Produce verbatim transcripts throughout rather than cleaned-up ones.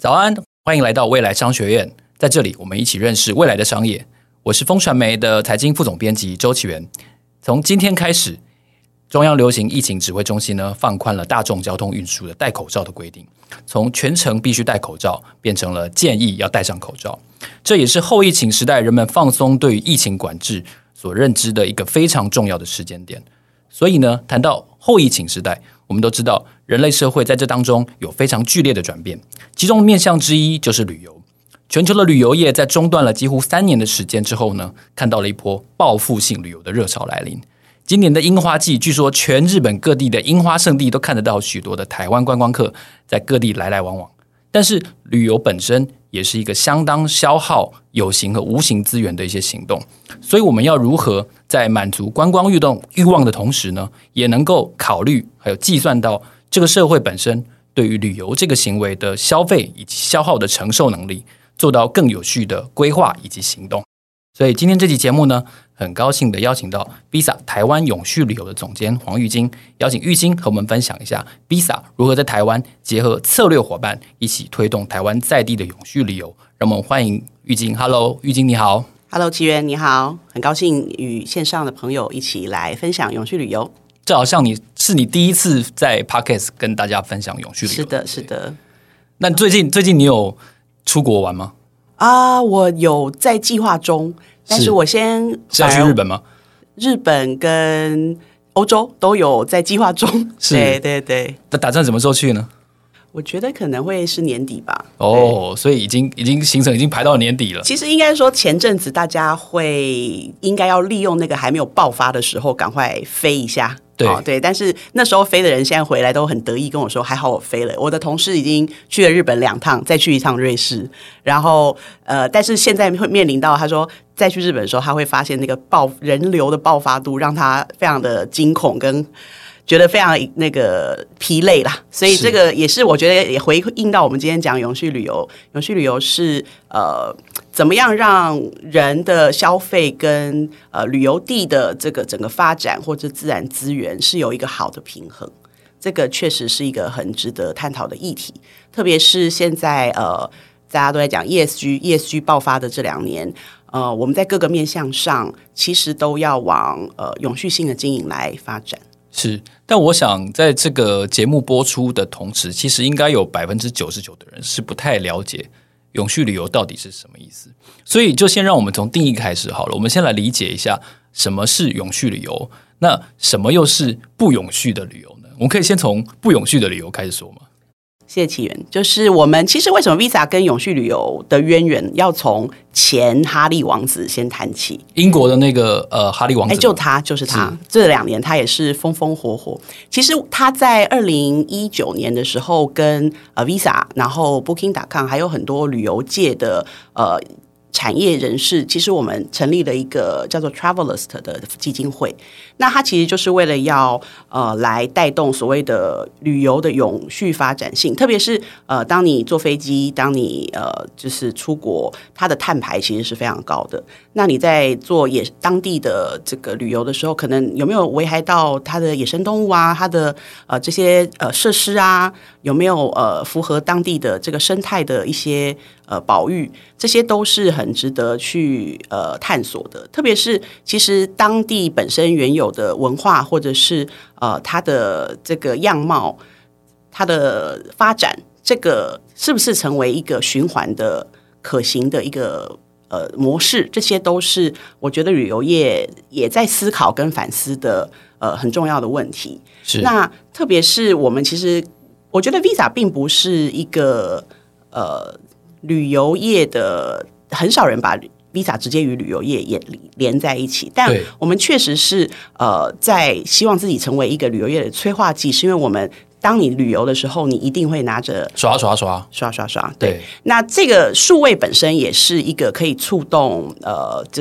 早安，欢迎来到未来商学院，在这里我们一起认识未来的商业。我是风传媒的财经副总编辑周启源。从今天开始，中央流行疫情指挥中心呢放宽了大众交通运输的戴口罩的规定，从全程必须戴口罩变成了建议要戴上口罩。这也是后疫情时代人们放松对于疫情管制所认知的一个非常重要的时间点。所以呢，谈到后疫情时代，我们都知道人类社会在这当中有非常剧烈的转变，其中面向之一就是旅游。全球的旅游业在中断了几乎三年的时间之后呢，看到了一波报复性旅游的热潮来临。今年的樱花季，据说全日本各地的樱花胜地都看得到许多的台湾观光客在各地来来往往。但是旅游本身也是一个相当消耗有形和无形资源的一些行动，所以我们要如何在满足观光欲动欲望的同时呢，也能够考虑还有计算到这个社会本身对于旅游这个行为的消费以及消耗的承受能力，做到更有序的规划以及行动。所以今天这期节目呢，很高兴的邀请到 Visa 台湾永续旅游的总监黄玉金，邀请玉金和我们分享一下 Visa 如何在台湾结合策略伙伴，一起推动台湾在地的永续旅游。让我们欢迎玉金。 Hello， 玉金你好。 Hello， 奇源你好，很高兴与线上的朋友一起来分享永续旅游。 这好像你是你第一次在 Podcast 跟大家分享永续旅游。 是的是的。 那最近最近你有出国玩吗？ 啊，我有在计划中，但是我先是要去日本吗？ 日本跟欧洲都有在计划中。是，对对对。 那打算什么时候去呢？ 我觉得可能会是年底吧。 哦，所以已经已经行程已经排到年底了。 其实应该说前阵子大家会应该要利用那个还没有爆发的时候赶快飞一下。对、哦、对，但是那时候飞的人现在回来都很得意跟我说，还好我飞了。我的同事已经去了日本两趟，再去一趟瑞士，然后呃，但是现在会面临到他说再去日本的时候，他会发现那个爆人流的爆发度让他非常的惊恐跟觉得非常那个疲累啦，所以这个也是我觉得也回应到我们今天讲永续旅游。永续旅游是呃怎么样让人的消费跟呃旅游地的这个整个发展或者自然资源是有一个好的平衡，这个确实是一个很值得探讨的议题。特别是现在呃大家都在讲 E S G E S G 爆发的这两年，呃我们在各个面向上其实都要往呃永续性的经营来发展。 是，但我想在这个节目播出的同时，其实应该有百分之九十九的人是不太了解永续旅游到底是什么意思。所以就先让我们从定义开始好了，我们先来理解一下什么是永续旅游，那什么又是不永续的旅游呢？我们可以先从不永续的旅游开始说吗？ 谢谢启源。就是我们其实为什么 Visa 跟永续旅游的渊源要从前哈利王子先谈起。英国的那个呃哈利王子、欸、 就他就是他是这两年他也是风风火火。其实他在二零一九年的时候跟呃 Visa 然后 Booking 点 com 还有很多旅游界的呃产业人士，其实我们成立了一个叫做 Travelist 的基金会。那它其实就是为了要呃来带动所谓的旅游的永续发展性，特别是呃当你坐飞机，当你呃就是出国，它的碳排其实是非常高的。那你在做野当地的这个旅游的时候，可能有没有危害到它的野生动物啊，它的呃这些呃设施啊，有没有呃符合当地的这个生态的一些呃保育，这些都是很值得去呃探索的。特别是其实当地本身原有的文化，或者是呃它的这个样貌，它的发展，这个是不是成为一个循环的可行的一个呃模式，这些都是我觉得旅游业也在思考跟反思的呃很重要的问题。是，那特别是我们其实我觉得 Visa 并不是一个呃旅游业的，很少人把Visa 直接与旅游业也连在一起，但我们确实是呃在希望自己成为一个旅游业的催化剂，是因为我们当你旅游的时候，你一定会拿着刷刷刷刷刷刷，对。那这个数位本身也是一个可以触动呃，就是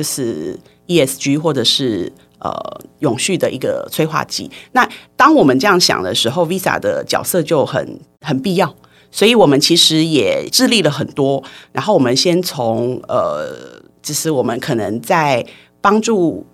E S G 或者是呃永续的一个催化剂。那当我们这样想的时候 ，Visa 的角色就很很必要。所以我们其实也致力了很多，然后我们先从呃，就是我们可能在帮助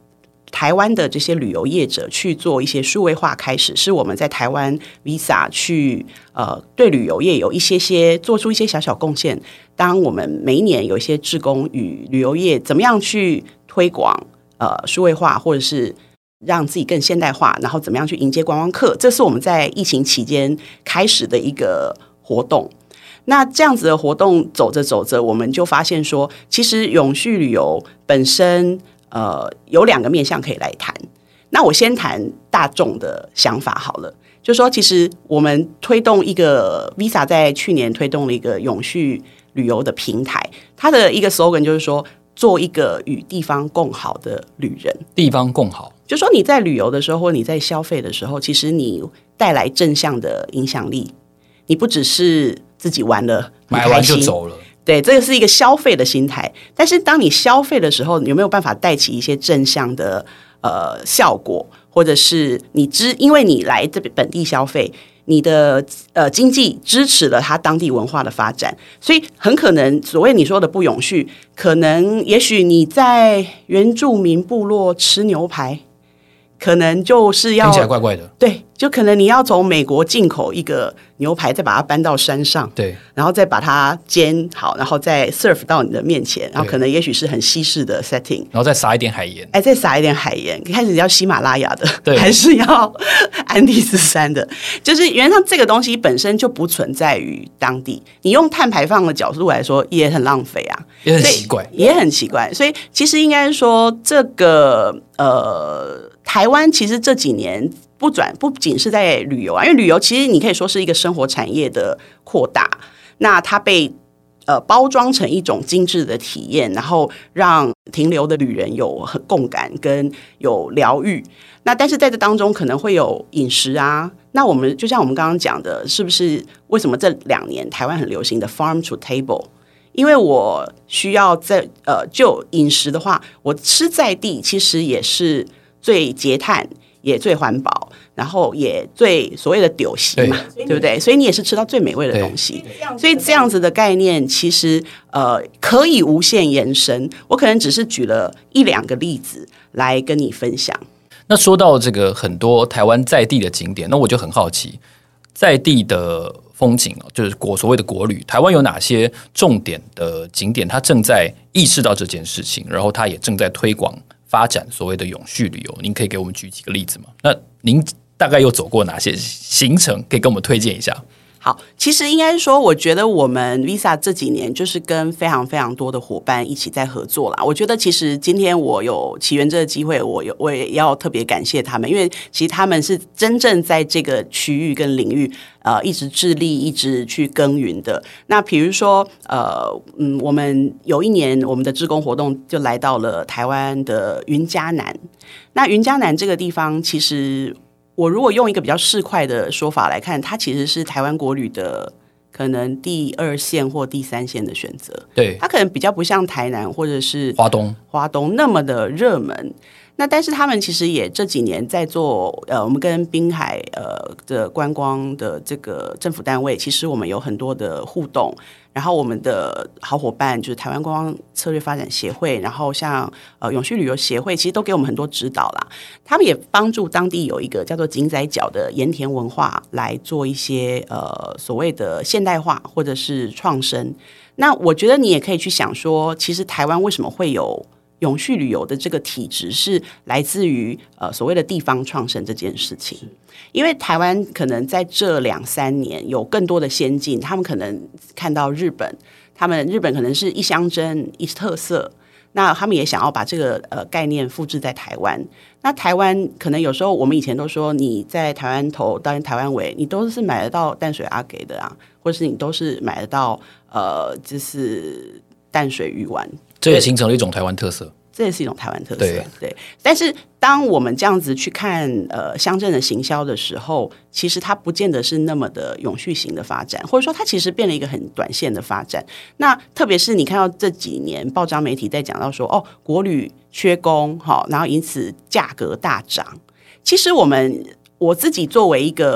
台湾的这些旅游业者去做一些数位化开始，是我们在台湾 Visa 去呃对旅游业有一些些做出一些小小贡献。当我们每一年有一些志工与旅游业怎么样去推广呃数位化，或者是让自己更现代化，然后怎么样去迎接观光客，这是我们在疫情期间开始的一个活动。那这样子的活动走着走着，我们就发现说，其实永续旅游本身呃有两个面向可以来谈。那我先谈大众的想法好了，就是说其实我们推动一个 Visa 在去年推动了一个永续旅游的平台，它的一个 slogan 就是说做一个与地方共好的旅人。 地方共好， 就说你在旅游的时候，或你在消费的时候，其实你带来正向的影响力，你不只是自己玩了买完就走了， 对，这个是一个消费的心态。但是当你消费的时候，你有没有办法带起一些正向的呃效果，或者是你知因为你来这本地消费，你的呃经济支持了它当地文化的发展，所以很可能所谓你说的不永续，可能也许你在原住民部落吃牛排，可能就是要听起来怪怪的， 对，就可能你要从美国进口一个牛排，再把它搬到山上， 对， 然后再把它煎好，然后再 serve 到你的面前，然后可能也许是很西式的 setting， 然后再撒一点海盐， 哎，再撒一点海盐。开始要喜马拉雅的， 对， 还是要安第斯山的？就是原则上这个东西本身就不存在于当地，你用碳排放的角度来说，也很浪费啊， 也很奇怪， 也很奇怪。所以其实应该说，这个呃，台湾其实这几年。不转不仅是在旅游啊，因为旅游其实你可以说是一个生活产业的扩大，那它被呃包装成一种精致的体验，然后让停留的旅人有很共感跟有疗愈。那但是在这当中可能会有饮食啊，那我们就像我们刚刚讲的，是不是为什么这两年台湾很流行的 farm to table？因为我需要在呃就饮食的话，我吃在地其实也是最节碳。也最环保，然后也最所谓的丢席嘛， 对, 对不对？所以你也是吃到最美味的东西。所以这样子的概念其实呃可以无限延伸。我可能只是举了一两个例子来跟你分享。 那说到这个很多台湾在地的景点，那我就很好奇，在地的风景就是国所谓的国旅，台湾有哪些重点的景点？它正在意识到这件事情，然后它也正在推广。发展所谓的永续旅游，您可以给我们举几个例子吗？那您大概又走过哪些行程，可以跟我们推荐一下？ 好，其实应该说，我觉得我们 Visa 这几年就是跟非常非常多的伙伴一起在合作啦。我觉得其实今天我有起源这个机会，我有我也要特别感谢他们，因为其实他们是真正在这个区域跟领域呃一直致力、一直去耕耘的。那比如说呃嗯，我们有一年我们的志工活动就来到了台湾的云嘉南。那云嘉南这个地方其实。我如果用一个比较市侩的说法来看，它其实是台湾国旅的可能第二线或第三线的选择。 对， 它可能比较不像台南或者是花东、 花东那么的热门。那但是他们其实也这几年在做，呃，我们跟滨海呃的观光的这个政府单位，其实我们有很多的互动。然后我们的好伙伴就是台湾观光策略发展协会，然后像呃永续旅游协会，其实都给我们很多指导啦。他们也帮助当地有一个叫做井仔角的盐田文化来做一些呃所谓的现代化或者是创生。那我觉得你也可以去想说，其实台湾为什么会有永续旅游的这个体质，是来自于呃所谓的地方创生这件事情。因为台湾可能在这两三年有更多的先进，他们可能看到日本，他们日本可能是一乡镇一特色，那他们也想要把这个呃概念复制在台湾。那台湾可能有时候我们以前都说，你在台湾头到台湾尾，你都是买得到淡水阿给的啊，或是你都是买得到呃就是淡水鱼丸， 这也形成了一种台湾特色。 这也是一种台湾特色， 对, 对。但是当我们这样子去看呃乡镇的行销的时候，其实它不见得是那么的永续型的发展，或者说它其实变了一个很短线的发展。那特别是你看到这几年报章媒体在讲到说，哦，国旅缺工，然后因此价格大涨。其实我们我自己作为一个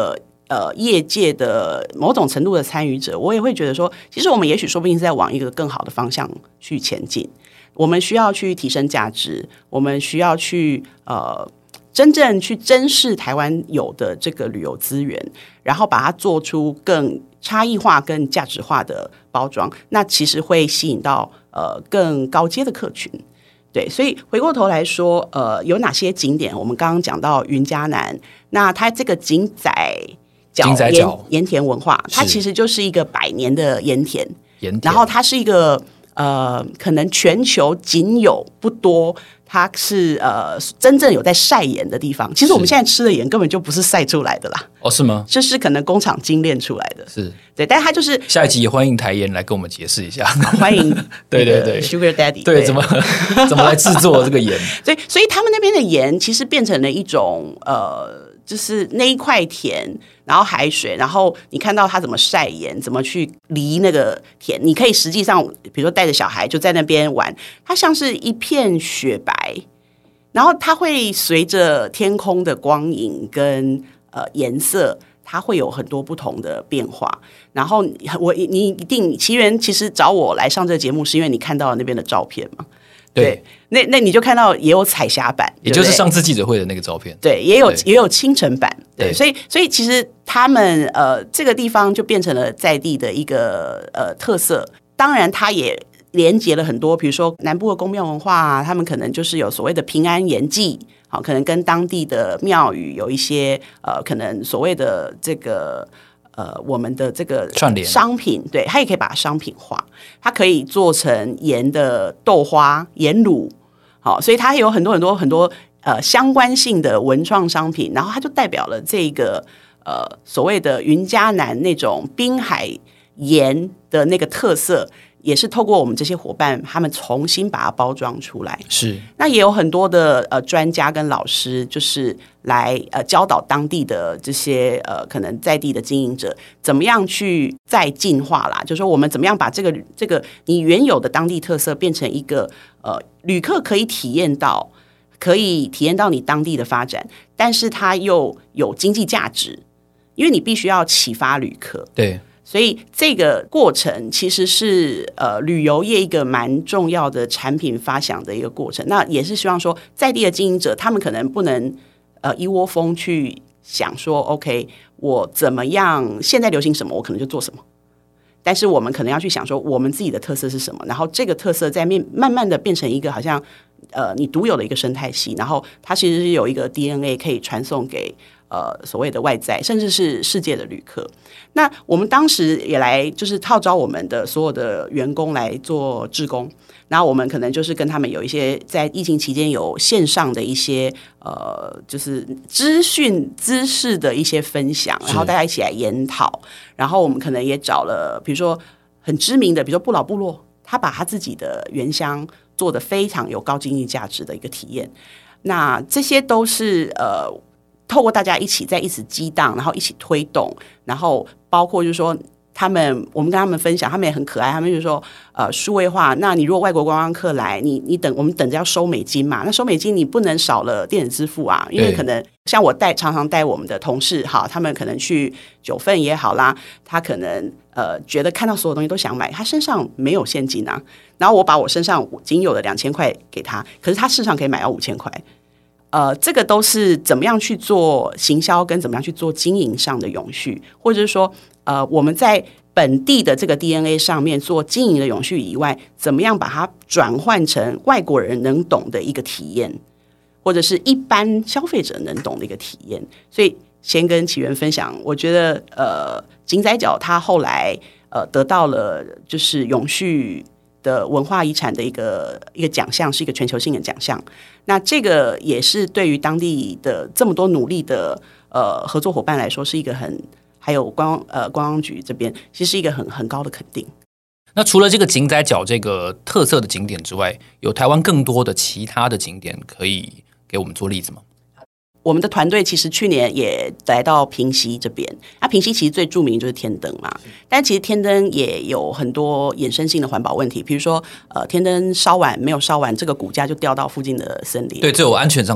呃业界的某种程度的参与者，我也会觉得说，其实我们也许说不定是在往一个更好的方向去前进。我们需要去提升价值，我们需要去呃真正去珍视台湾有的这个旅游资源，然后把它做出更差异化、更价值化的包装，那其实会吸引到呃更高阶的客群。对，所以回过头来说，呃，有哪些景点？我们刚刚讲到云嘉南，那它这个井仔角盐盐田文化，它其实就是一个百年的盐田， 盐田， 然后它是一个呃，可能全球仅有不多，它是呃真正有在晒盐的地方。其实我们现在吃的盐根本就不是晒出来的啦。 哦，是吗？ 这是可能工厂精炼出来的。 是， 对，但它就是下一集也欢迎台盐来跟我们解释一下。 欢迎， 对对对 ，Sugar Daddy， 对，怎么怎么来制作这个盐？ 对，所以他们那边的盐其实变成了一种呃。就是那一块田，然后海水，然后你看到它怎么晒盐，怎么去犁那个田，你可以实际上，比如说带着小孩就在那边玩，它像是一片雪白，然后它会随着天空的光影跟呃颜色，它会有很多不同的变化。然后我你一定奇缘其实找我来上这个节目，是因为你看到了那边的照片嘛？对，那那你就看到也有彩霞版， 也就是上次记者会的那个照片。 对，也有也有清晨版。对， 对， 所以所以其实他们呃这个地方就变成了在地的一个呃特色。当然，它也连接了很多，比如说南部的宫庙文化啊，他们可能就是有所谓的平安盐祭，好，可能跟当地的庙宇有一些呃可能所谓的这个。呃，我们的这个商品，对，它也可以把它商品化，它可以做成盐的豆花、盐卤，好，所以它有很多很多很多呃相关性的文创商品，然后它就代表了这个呃所谓的云嘉南那种滨海盐的那个特色。也是透过我们这些伙伴，他们重新把它包装出来。 是， 那也有很多的呃专家跟老师，就是来呃教导当地的这些呃可能在地的经营者，怎么样去再进化啦。就是说，我们怎么样把这个这个你原有的当地特色变成一个呃旅客可以体验到，可以体验到你当地的发展，但是它又有经济价值，因为你必须要启发旅客。 对。 所以这个过程其实是呃旅游业一个蛮重要的产品发想的一个过程。那也是希望说，在地的经营者他们可能不能呃一窝蜂去想说 ，OK， 我怎么样现在流行什么，我可能就做什么。但是我们可能要去想说，我们自己的特色是什么，然后这个特色在面慢慢的变成一个好像呃你独有的一个生态系，然后它其实是有一个 D N A 可以传送给。呃，所谓的外在，甚至是世界的旅客。那我们当时也来，就是号召我们的所有的员工来做志工。然后我们可能就是跟他们有一些在疫情期间有线上的一些呃，就是资讯知识的一些分享，然后大家一起来研讨。然后我们可能也找了，比如说很知名的，比如说不老部落，他把他自己的原乡做得非常有高经济价值的一个体验。那这些都是呃。透过大家一起在一起激荡，然后一起推动，然后包括就是说他们，我们跟他们分享，他们也很可爱，他们就说呃数位化，那你如果外国观光客来，你你等我们等着要收美金嘛，那收美金你不能少了电子支付啊，因为可能像我带常常带我们的同事哈，他们可能去九份也好啦，他可能呃觉得看到所有东西都想买，他身上没有现金啊，然后我把我身上仅有的两千块给他，可是他市场可以买到五千块。呃，这个都是怎么样去做行销，跟怎么样去做经营上的永续，或者是说，呃，我们在本地的这个 D N A 上面做经营的永续以外，怎么样把它转换成外国人能懂的一个体验，或者是一般消费者能懂的一个体验。所以，先跟启源分享，我觉得，呃，井仔角它后来呃得到了就是永续的文化遗产的一个一个奖项，是一个全球性的奖项。那这个也是对于当地的这么多努力的呃合作伙伴来说，是一个很还有观光呃观光局这边，其实是一个很很高的肯定。 那除了这个井仔角这个特色的景点之外，有台湾更多的其他的景点可以给我们做例子吗？ 我们的团队其实去年也来到平溪这边，那平溪其实最著名就是天灯嘛，但其实天灯也有很多衍生性的环保问题，比如说呃天灯烧完没有烧完，这个骨架就掉到附近的森林， 对，这有安全上的问题。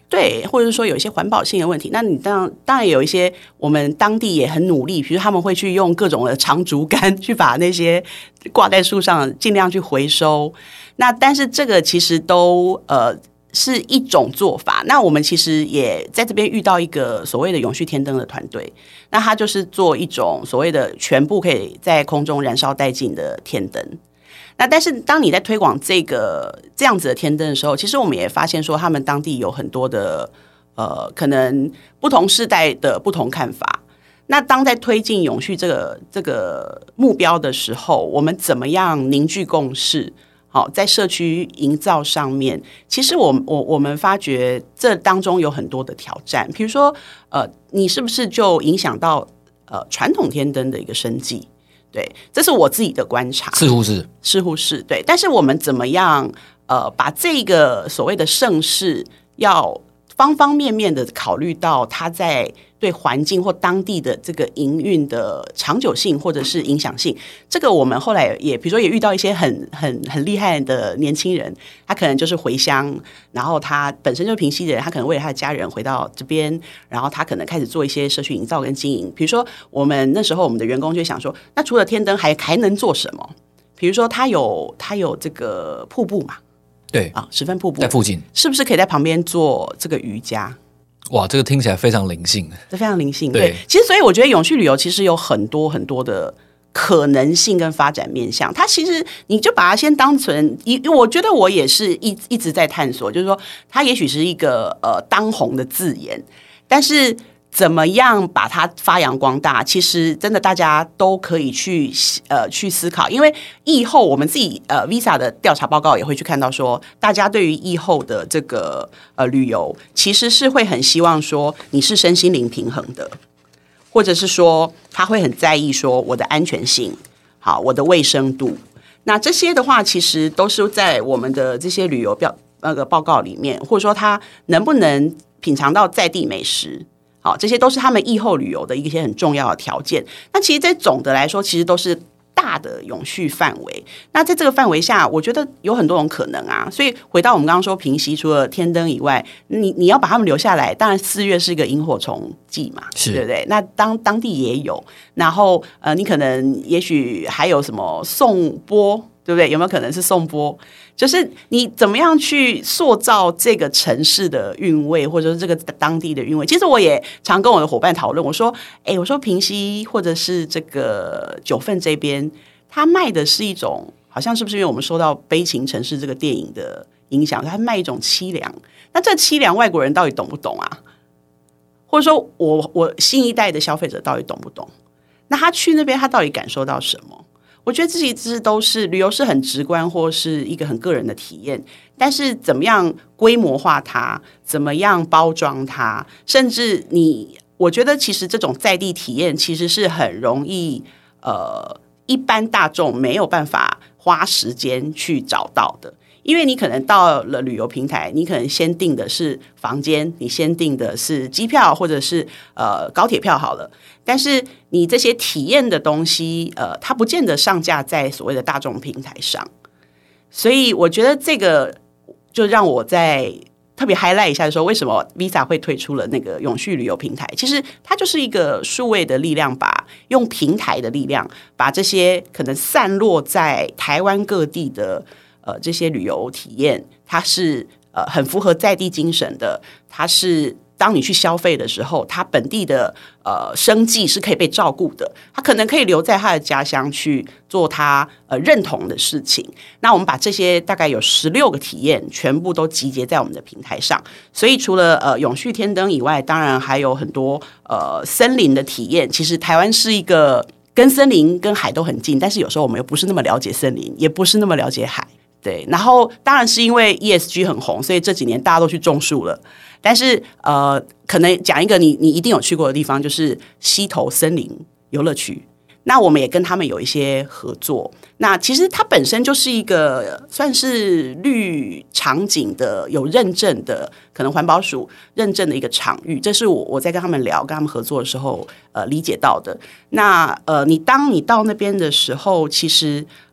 对，或者是说有一些环保性的问题，那你当然当然有一些我们当地也很努力，比如他们会去用各种的长竹竿去把那些挂在树上尽量去回收。那但是这个其实都呃是一种做法。那我们其实也在这边遇到一个所谓的永续天灯的团队，那他就是做一种所谓的全部可以在空中燃烧殆尽的天灯。那但是当你在推广这个这样子的天灯的时候，其实我们也发现说，他们当地有很多的呃，可能不同世代的不同看法。那当在推进永续这个这个目标的时候，我们怎么样凝聚共识？好，在社区营造上面，其实我我我们发觉这当中有很多的挑战。比如说，呃，你是不是就影响到呃传统天灯的一个生计？对，这是我自己的观察， 似乎是， 似乎是对。但是我们怎么样呃，把这个所谓的盛世要方方面面的考虑到它在对环境或当地的这个营运的长久性或者是影响性，这个我们后来也比如说也遇到一些很很很厉害的年轻人，他可能就是回乡，然后他本身就是平溪的人，他可能为了他的家人回到这边，然后他可能开始做一些社区营造跟经营。比如说我们那时候我们的员工就想说，那除了天灯还还能做什么？比如说他有他有这个瀑布嘛， 对啊，十分瀑布在附近， 是不是可以在旁边做这个瑜伽？ 哇，这个听起来非常灵性， 这非常灵性。 对， 对，其实所以我觉得永续旅游其实有很多很多的可能性跟发展面向。它其实你就把它先当成一，我觉得我也是一一直在探索，就是说它也许是一个呃当红的字眼，但是怎么样把它发扬光大，其实真的大家都可以去呃去思考。因为疫后我们自己呃 Visa 的调查报告也会去看到说，大家对于疫后的这个呃旅游，其实是会很希望说你是身心灵平衡的，或者是说他会很在意说我的安全性，好，我的卫生度。那这些的话，其实都是在我们的这些旅游标那个报告里面，或者说他能不能品尝到在地美食。好，这些都是他们疫后旅游的一些很重要的条件。那其实，在总的来说，其实都是大的永续范围。那在这个范围下，我觉得有很多种可能啊。所以回到我们刚刚说平溪，除了天灯以外，你你要把他们留下来，当然四月是一个萤火虫季嘛， 是对不对？那当当地也有，然后呃，你可能也许还有什么颂钵，对不对？有没有可能是颂钵？就是你怎么样去塑造这个城市的韵味，或者是这个当地的韵味。其实我也常跟我的伙伴讨论，我说，哎，我说平溪或者是这个九份这边，他卖的是一种，好像是不是因为我们受到《悲情城市》这个电影的影响，他卖一种凄凉。那这凄凉外国人到底懂不懂啊？或者说我我新一代的消费者到底懂不懂？那他去那边，他到底感受到什么？我觉得这些其都是旅游是很直观或是一个很个人的体验，但是怎么样规模化它，怎么样包装它，甚至你，我觉得其实这种在地体验其实是很容易，呃，一般大众没有办法花时间去找到的。因为你可能到了旅游平台，你可能先订的是房间，你先订的是机票或者是呃高铁票好了，但是你这些体验的东西，呃，它不见得上架在所谓的大众平台上，所以我觉得这个就让我在特别 highlight 一下说，为什么 Visa 会推出了那个永续旅游平台？其实它就是一个数位的力量，把用平台的力量，把这些可能散落在台湾各地的。呃，这些旅游体验，它是呃很符合在地精神的。它是当你去消费的时候，它本地的呃生计是可以被照顾的。他可能可以留在他的家乡去做他呃认同的事情。那我们把这些大概有十六个体验，全部都集结在我们的平台上。所以除了呃永续天灯以外，当然还有很多呃森林的体验。其实台湾是一个跟森林跟海都很近，但是有时候我们又不是那么了解森林，也不是那么了解海。对，然后当然是因为 E S G 很红，所以这几年大家都去种树了。但是呃，可能讲一个你你一定有去过的地方，就是溪头森林游乐区。那我们也跟他们有一些合作。那其实它本身就是一个算是绿场景的有认证的，可能环保署认证的一个场域。这是我我在跟他们聊、跟他们合作的时候，呃，理解到的。那呃，你当你到那边的时候，其实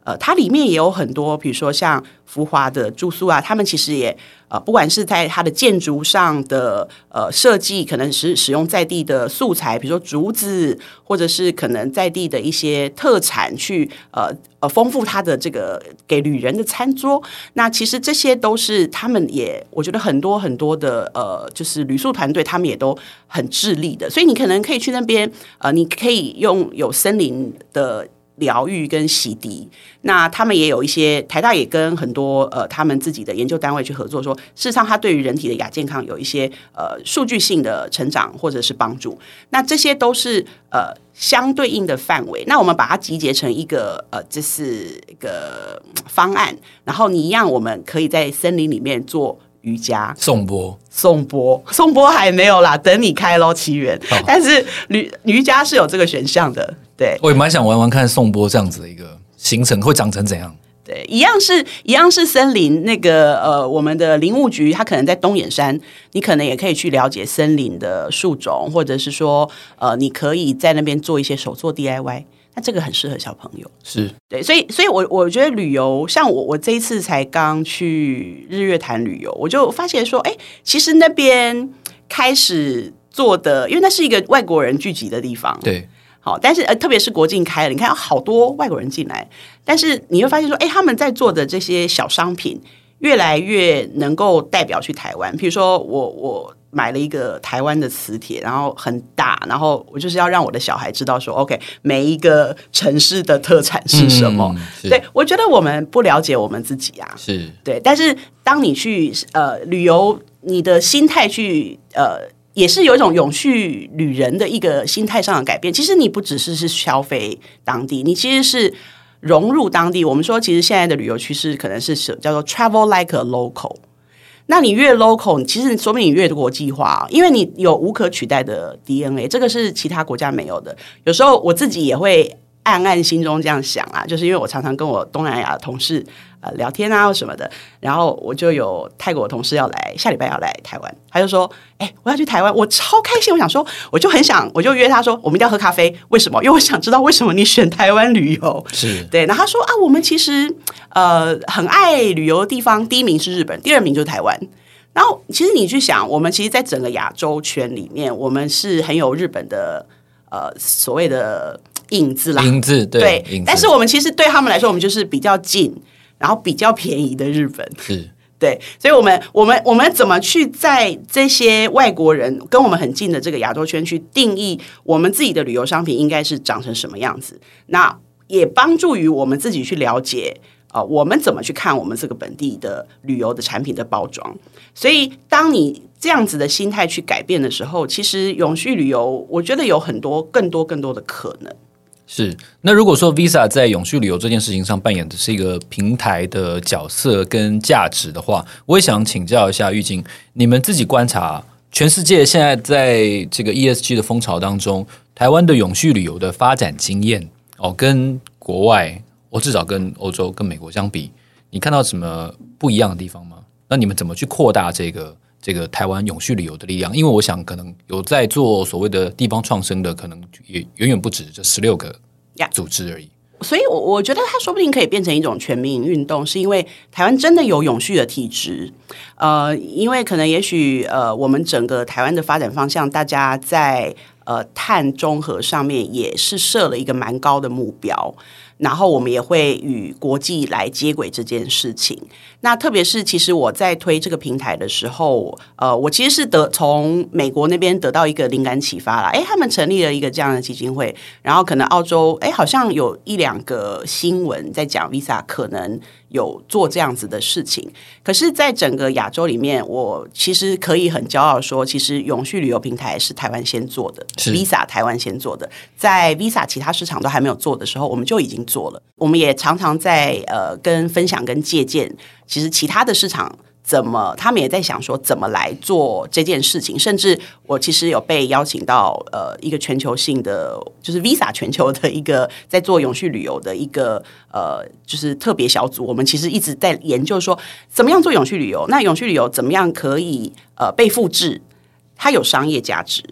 呃，它里面也有很多，比如说像福华的住宿啊，他们其实也呃，不管是在它的建筑上的呃设计，可能是使用在地的素材，比如说竹子，或者是可能在地的一些特产去呃呃丰富它的这个给旅人的餐桌。那其实这些都是他们也，我觉得很多很多的呃，就是旅宿团队他们也都很致力的，所以你可能可以去那边，呃，你可以用有森林的疗愈跟洗涤，那他们也有一些台大也跟很多呃他们自己的研究单位去合作说，事实上它对于人体的亚健康有一些呃数据性的成长或者是帮助，那这些都是呃相对应的范围，那我们把它集结成一个呃这是一个方案，然后你一样我们可以在森林里面做瑜伽颂钵， 颂钵，颂钵还没有啦，等你开咯，奇缘。但是瑜瑜伽是有这个选项的，对。 我也蛮想玩玩看颂钵这样子的一个行程会长成怎样。 对，一样是一样是森林那个呃，我们的林务局，它可能在东眼山，你可能也可以去了解森林的树种，或者是说呃，你可以在那边做一些手作 D I Y。那这个很适合小朋友， 是对，所以，所以我我觉得旅游，像我我这一次才刚去日月潭旅游，我就发现说，哎，其实那边开始做的，因为那是一个外国人聚集的地方， 对， 好，但是呃，特别是国境开了，你看有好多外国人进来，但是你会发现说，哎，他们在做的这些小商品，越来越能够代表去台湾，比如说我我。买了一个台湾的磁铁，然后很大，然后我就是要让我的小孩知道说 OK 每一个城市的特产是什么、嗯、对，我觉得我们不了解我们自己啊， 是对，但是当你去呃旅游，你的心态去呃也是有一种永续旅人的一个心态上的改变，其实你不只是是消费当地，你其实是融入当地。我们说其实现在的旅游趋势可能是叫做 travel like a local，那你越 local， 其实说明你越国际化，因为你有无可取代的 D N A， 这个是其他国家没有的。有时候我自己也会暗暗心中这样想啊，就是因为我常常跟我东南亚的同事呃聊天啊或什么的，然后我就有泰国的同事要来，下礼拜要来台湾，他就说：“哎、欸，我要去台湾，我超开心。”我想说，我就很想，我就约他说，我们一定要喝咖啡。为什么？因为我想知道为什么你选台湾旅游。 是对，然后他说啊，我们其实呃很爱旅游的地方，第一名是日本，第二名就是台湾。然后其实你去想，我们其实在整个亚洲圈里面，我们是很有日本的呃所谓的影子啦， 影子 对, 对，但是我们其实对他们来说，我们就是比较近，然后比较便宜的日本， 是对，所以我们我们我们怎么去在这些外国人跟我们很近的这个亚洲圈去定义我们自己的旅游商品应该是长成什么样子？那也帮助于我们自己去了解。呃、我们怎么去看我们这个本地的旅游的产品的包装？所以，当你这样子的心态去改变的时候，其实永续旅游，我觉得有很多、更多、更多的可能。 是。那如果说 Visa 在永续旅游这件事情上扮演的是一个平台的角色跟价值的话，我也想请教一下玉晶，你们自己观察全世界现在在这个 E S G 的风潮当中，台湾的永续旅游的发展经验哦，跟国外。我至少跟欧洲、跟美国相比，你看到什么不一样的地方吗？那你们怎么去扩大这个这个台湾永续旅游的力量？因为我想，可能有在做所谓的地方创生的，可能也远远不止这十六个组织而已。 Yeah. 所以我，我觉得它说不定可以变成一种全民运动，是因为台湾真的有永续的体质。呃，因为可能也许呃，我们整个台湾的发展方向，大家在呃碳中和上面也是设了一个蛮高的目标。然后我们也会与国际来接轨这件事情。那特别是其实我在推这个平台的时候，呃，我其实是得从美国那边得到一个灵感启发啦。哎，他们成立了一个这样的基金会，然后可能澳洲哎好像有一两个新闻在讲 Visa 可能有做这样子的事情。可是，在整个亚洲里面，我其实可以很骄傲说，其实永续旅游平台是台湾先做的 ，Visa 台湾先做的，在 Visa 其他市场都还没有做的时候，我们就已经做了。我们也常常在呃跟分享跟借鉴，其实其他的市场怎么，他们也在想说怎么来做这件事情。甚至我其实有被邀请到呃一个全球性的，就是 Visa 全球的一个在做永续旅游的一个呃就是特别小组。我们其实一直在研究说怎么样做永续旅游，那永续旅游怎么样可以呃被复制，它有商业价值。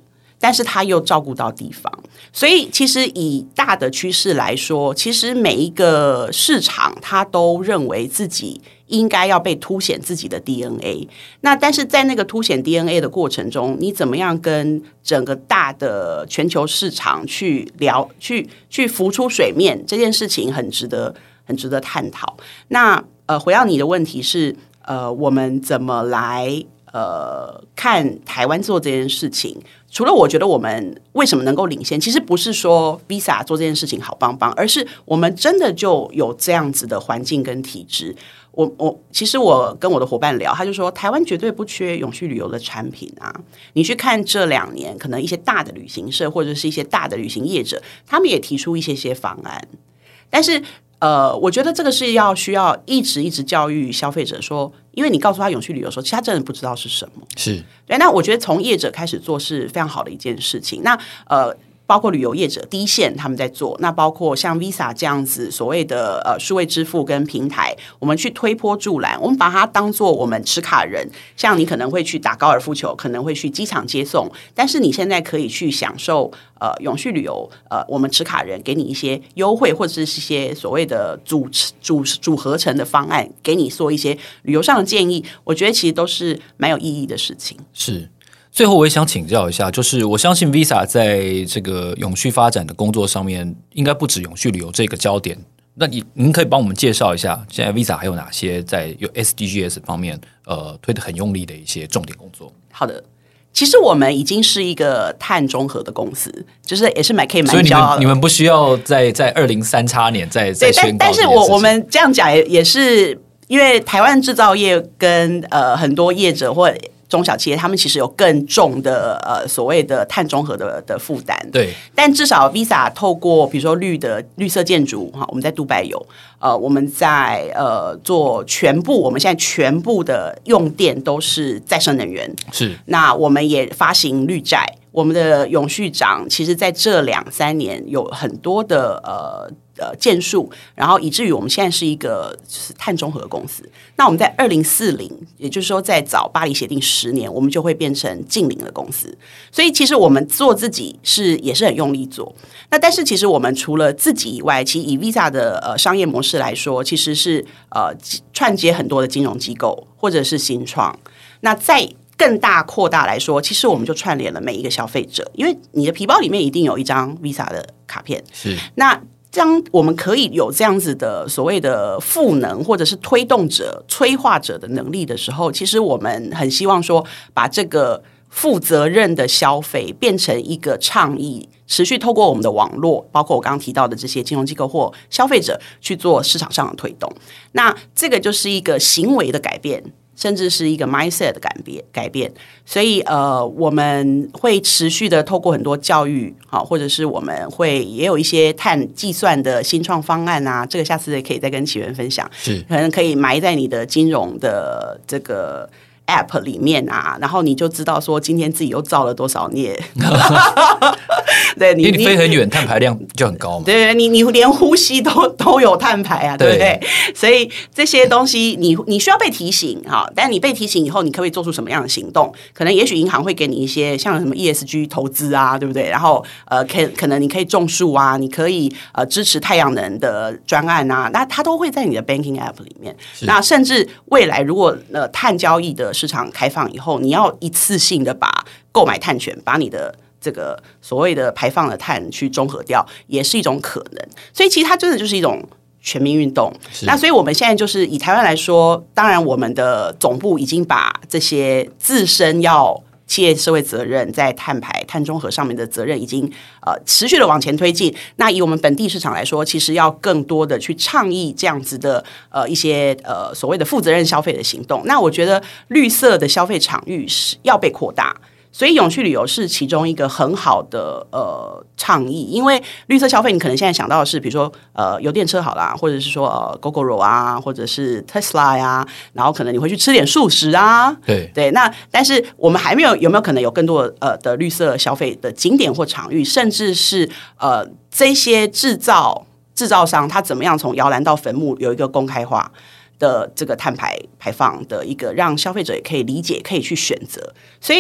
但是它又照顾到地方。所以其实以大的趋势来说，其实每一个市场它都认为自己应该要被凸显自己的 D N A。 那但是在那个凸显 D N A 的过程中，你怎么样跟整个大的全球市场去聊去去浮出水面，这件事情很值得很值得探讨。那呃，回到你的问题是呃，我们怎么来呃看台湾做这件事情？除了我觉得我们为什么能够领先，其实不是说 Visa 做这件事情好棒棒，而是我们真的就有这样子的环境跟体制。我我其实我跟我的伙伴聊，他就说台湾绝对不缺永续旅游的产品啊。你去看这两年，可能一些大的旅行社或者是一些大的旅行业者，他们也提出一些些方案，但是。呃，我觉得这个是要需要一直一直教育消费者说，因为你告诉他永续旅游的时候，其实他真的不知道是什么。 是对，那我觉得从业者开始做是非常好的一件事情。那呃。包括旅游业者第一线他们在做，那包括像 Visa 这样子所谓的呃数位支付跟平台，我们去推波助澜，我们把它当做我们持卡人，像你可能会去打高尔夫球，可能会去机场接送，但是你现在可以去享受呃永续旅游，呃我们持卡人给你一些优惠，或者是一些所谓的组组组合成的方案，给你做一些旅游上的建议，我觉得其实都是蛮有意义的事情。 是。最后我也想请教一下，就是我相信 Visa 在这个永续发展的工作上面，应该不止永续旅游这个焦点。那你您可以帮我们介绍一下，现在 Visa 还有哪些在有 S D Gs 方面呃推得很用力的一些重点工作？ 好的。其实我们已经是一个碳中和的公司，就是也是蛮可以蛮骄傲的。 所以你们你们不需要在在二零三叉年再再宣告这件事情。 但但是我我们这样讲也也是因为台湾制造业跟呃很多业者或中小企业，他们其实有更重的呃所谓的碳中和的的负担。 对， 但至少 Visa 透过比如说绿的绿色建筑哈，我们在杜拜有呃我们在呃做全部，我们现在全部的用电都是再生能源。 是， 那我们也发行绿债。我们的永续长其实在这两三年有很多的呃呃建树，然后以至于我们现在是一个就是碳中和公司。那我们在二零四零，也就是说在早巴黎协定十年，我们就会变成净零的公司。所以其实我们做自己是也是很用力做。那但是其实我们除了自己以外，其实以 Visa 的呃商业模式来说，其实是呃串接很多的金融机构或者是新创。那在更大扩大来说，其实我们就串联了每一个消费者，因为你的皮包里面一定有一张 Visa 的卡片。 是， 那当我们可以有这样子的所谓的赋能或者是推动者、催化者的能力的时候，其实我们很希望说，把这个负责任的消费变成一个倡议，持续透过我们的网络，包括我刚刚提到的这些金融机构或消费者去做市场上的推动。那这个就是一个行为的改变。甚至是一个 mindset 的改变，改变。所以呃，我们会持续的透过很多教育，好，或者是我们会也有一些碳计算的新创方案啊，这个下次也可以再跟启源分享。 是， 可能可以埋在你的金融的这个 App 里面啊，然后你就知道说今天自己又造了多少孽。对，你因为你飞很远，碳排量就很高嘛。 对对，你你连呼吸都都有碳排啊，对不对？所以这些东西你你需要被提醒哈，但你被提醒以后，你可不可以做出什么样的行动？可能也许银行会给你一些像什么 E S G 投资啊，对不对？然后呃，可可能你可以种树啊，你可以呃支持太阳能的专案啊，那它都会在你的 banking app 里面。那甚至未来如果呃碳交易的市场开放以后，你要一次性的把购买碳权，把你的这个所谓的排放的碳去中和掉，也是一种可能。所以其实它真的就是一种全民运动。那所以我们现在就是以台湾来说，当然我们的总部已经把这些自身要企业社会责任在碳排、碳中和上面的责任已经呃持续的往前推进。那以我们本地市场来说，其实要更多的去倡议这样子的呃一些呃所谓的负责任消费的行动。那我觉得绿色的消费场域是要被扩大。所以永续旅游是其中一个很好的呃倡议，因为绿色消费你可能现在想到的是，比如说呃油电车好啦，或者是说呃 Gogoro 啊，或者是 Tesla 呀、啊，然后可能你会去吃点素食啊， 对对。那但是我们还没有有没有可能有更多呃的绿色消费的景点或场域，甚至是呃这些制造制造商他怎么样从摇篮到坟墓有一个公开化的这个碳排排放的一个让消费者也可以理解，可以去选择，所以。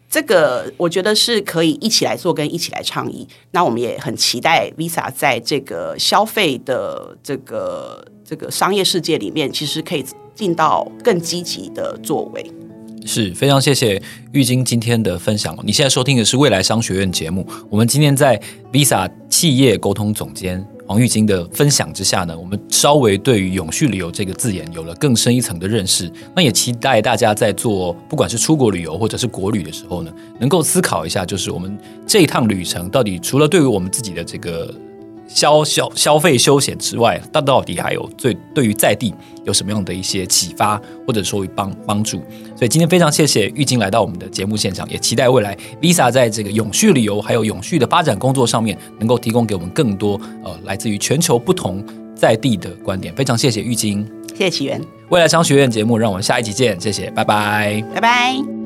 这个我觉得是可以一起来做，跟一起来倡议。那我们也很期待 Visa 在这个消费的这个这个商业世界里面，其实可以进到更积极的作为。 是非常谢谢玉晶今天的分享。你现在收听的是未来商学院节目，我们今天在 Visa 企业沟通总监黄玉晶的分享之下呢，我们稍微对于永续旅游这个字眼有了更深一层的认识。那也期待大家在做不管是出国旅游或者是国旅的时候呢，能够思考一下，就是我们这一趟旅程到底除了对于我们自己的这个消消消费休闲之外，它到底还有最对于在地有什么样的一些启发，或者说帮帮助？所以今天非常谢谢玉晶来到我们的节目现场，也期待未来 Visa 在这个永续旅游还有永续的发展工作上面，能够提供给我们更多呃来自于全球不同在地的观点。非常谢谢玉晶， 谢谢启源。 未来商学院节目，让我们下一集见，谢谢，拜拜， 拜拜。